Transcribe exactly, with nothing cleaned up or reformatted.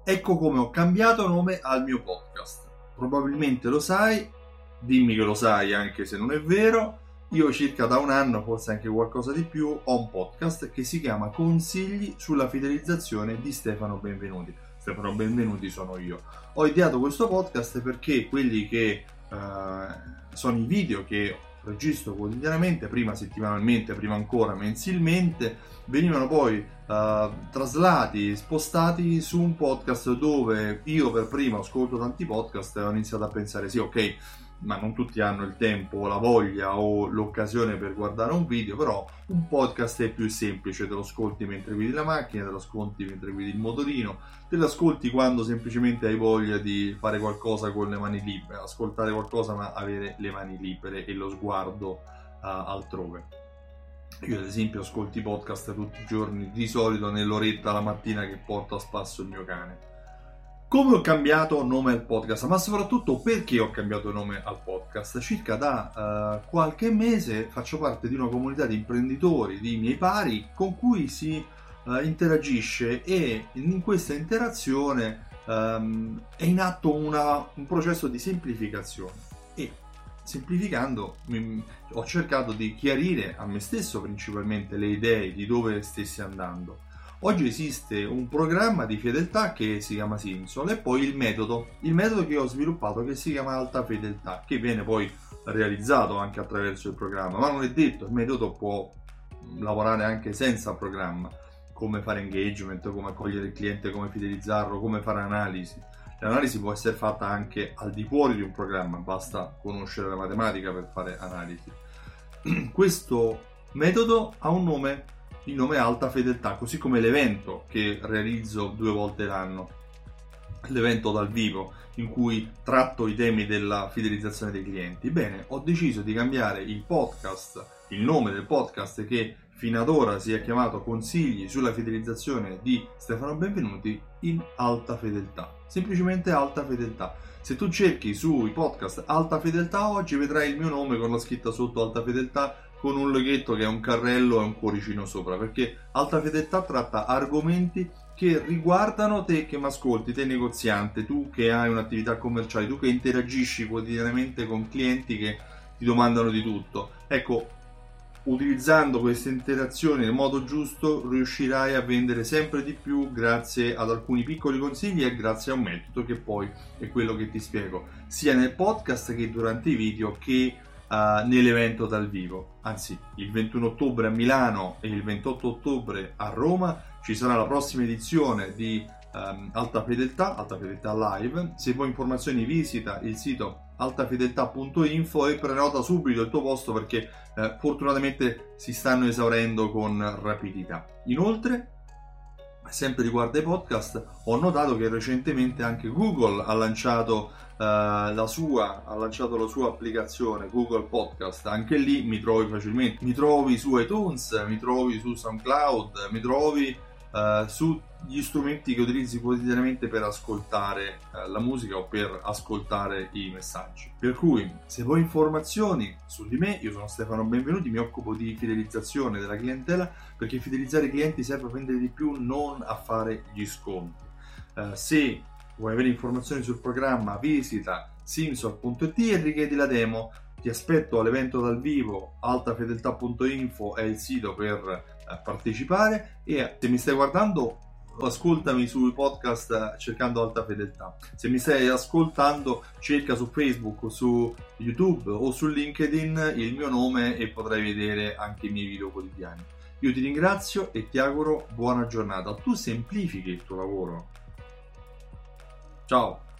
Ecco come ho cambiato nome al mio podcast. Probabilmente lo sai, dimmi che lo sai anche se non è vero. Io circa da un anno, forse anche qualcosa di più, ho un podcast che si chiama Consigli sulla fidelizzazione di Stefano Benvenuti. Stefano Benvenuti sono io. Ho ideato questo podcast perché quelli che uh, sono i video che registro quotidianamente, prima settimanalmente, prima ancora mensilmente, venivano poi uh, traslati, spostati su un podcast dove io per primo ascolto tanti podcast e ho iniziato a pensare sì, ok, ma non tutti hanno il tempo o la voglia o l'occasione per guardare un video, però un podcast è più semplice, te lo ascolti mentre guidi la macchina, te lo ascolti mentre guidi il motorino, te lo ascolti quando semplicemente hai voglia di fare qualcosa con le mani libere, ascoltare qualcosa ma avere le mani libere e lo sguardo uh, altrove. Io ad esempio ascolto i podcast tutti i giorni, di solito nell'oretta la mattina che porto a spasso il mio cane. Come ho cambiato nome al podcast, ma soprattutto perché ho cambiato nome al podcast? Circa da uh, qualche mese faccio parte di una comunità di imprenditori, di miei pari, con cui si uh, interagisce e in questa interazione um, è in atto una, un processo di semplificazione e semplificando mi, ho cercato di chiarire a me stesso principalmente le idee di dove stessi andando. Oggi esiste un programma di fedeltà che si chiama Simsol e poi il metodo, il metodo che ho sviluppato che si chiama Alta Fedeltà, che viene poi realizzato anche attraverso il programma, ma non è detto, il metodo può lavorare anche senza programma, come fare engagement, come accogliere il cliente, come fidelizzarlo, come fare analisi. L'analisi può essere fatta anche al di fuori di un programma, basta conoscere la matematica per fare analisi. Questo metodo ha un nome, il nome è Alta Fedeltà, così come l'evento che realizzo due volte l'anno, l'evento dal vivo in cui tratto i temi della fidelizzazione dei clienti. Bene, ho deciso di cambiare il podcast, il nome del podcast che fino ad ora si è chiamato Consigli sulla fidelizzazione di Stefano Benvenuti in Alta Fedeltà, semplicemente Alta Fedeltà. Se tu cerchi sui podcast Alta Fedeltà oggi vedrai il mio nome con la scritta sotto Alta Fedeltà con un loghetto che è un carrello e un cuoricino sopra, perché Alta Fedeltà tratta argomenti che riguardano te che mi ascolti, te negoziante, tu che hai un'attività commerciale, tu che interagisci quotidianamente con clienti che ti domandano di tutto. Ecco, utilizzando queste interazioni nel modo giusto riuscirai a vendere sempre di più grazie ad alcuni piccoli consigli e grazie a un metodo che poi è quello che ti spiego sia nel podcast che durante i video che uh, nell'evento dal vivo. Anzi, il ventuno ottobre a Milano e il ventotto ottobre a Roma ci sarà la prossima edizione di um, Alta Fedeltà, Alta Fedeltà Live. Se vuoi informazioni visita il sito altafedeltà punto info e prenota subito il tuo posto perché eh, fortunatamente si stanno esaurendo con rapidità. Inoltre, sempre riguardo ai podcast, ho notato che recentemente anche Google ha lanciato uh, la sua ha lanciato la sua applicazione Google Podcast. Anche lì mi trovi facilmente, mi trovi su iTunes, mi trovi su SoundCloud, mi trovi uh, sugli strumenti che utilizzi quotidianamente per ascoltare uh, la musica o per ascoltare i messaggi. Per cui, se vuoi informazioni su di me, io sono Stefano Benvenuti, mi occupo di fidelizzazione della clientela, perché fidelizzare i clienti serve a vendere di più, non a fare gli sconti. Uh, se vuoi avere informazioni sul programma, visita simsol punto it e richiedi la demo. Ti aspetto all'evento dal vivo, altafedeltà punto info è il sito per uh, partecipare e se mi stai guardando ascoltami sui podcast cercando Alta Fedeltà. Se mi stai ascoltando cerca su Facebook, su YouTube o su LinkedIn il mio nome e potrai vedere anche i miei video quotidiani. Io ti ringrazio e ti auguro buona giornata. Tu semplifichi il tuo lavoro. Ciao!